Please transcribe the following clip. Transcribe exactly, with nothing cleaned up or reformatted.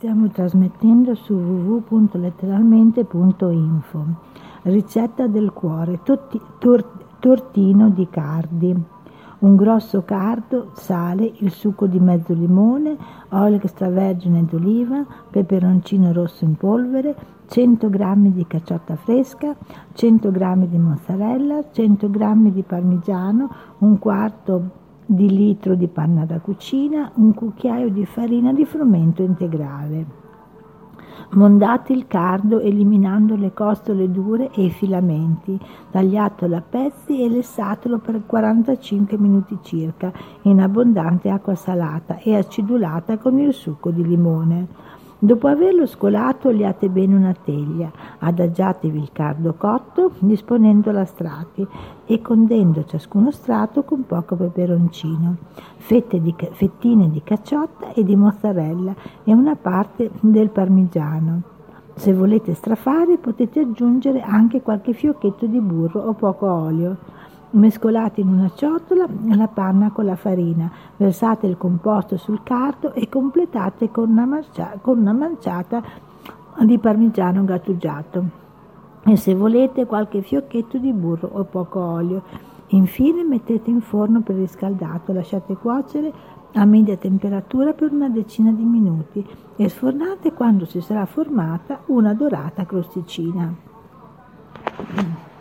Stiamo trasmettendo su w w w punto letteralmente punto info. Ricetta del cuore, Totti, tor, tortino di cardi. Un grosso cardo, sale, il succo di mezzo limone, olio extravergine d'oliva, peperoncino rosso in polvere, cento grammi di cacciota fresca, cento grammi di mozzarella, cento grammi di parmigiano, un quarto di litro di panna da cucina, un cucchiaio di farina di frumento integrale. Mondate il cardo eliminando le costole dure e i filamenti, tagliatelo a pezzi e lessatelo per quarantacinque minuti circa in abbondante acqua salata e acidulata con il succo di limone. Dopo averlo scolato, oliate bene una teglia, adagiatevi il cardo cotto disponendolo a strati e condendo ciascuno strato con poco peperoncino, fette di, fettine di cacciota e di mozzarella e una parte del parmigiano. Se volete strafare potete aggiungere anche qualche fiocchetto di burro o poco olio. Mescolate in una ciotola la panna con la farina, versate il composto sul cardo e completate con una, marcia, con una manciata di parmigiano grattugiato e se volete qualche fiocchetto di burro o poco olio. Infine mettete in forno preriscaldato, lasciate cuocere a media temperatura per una decina di minuti e sfornate quando si sarà formata una dorata crosticina.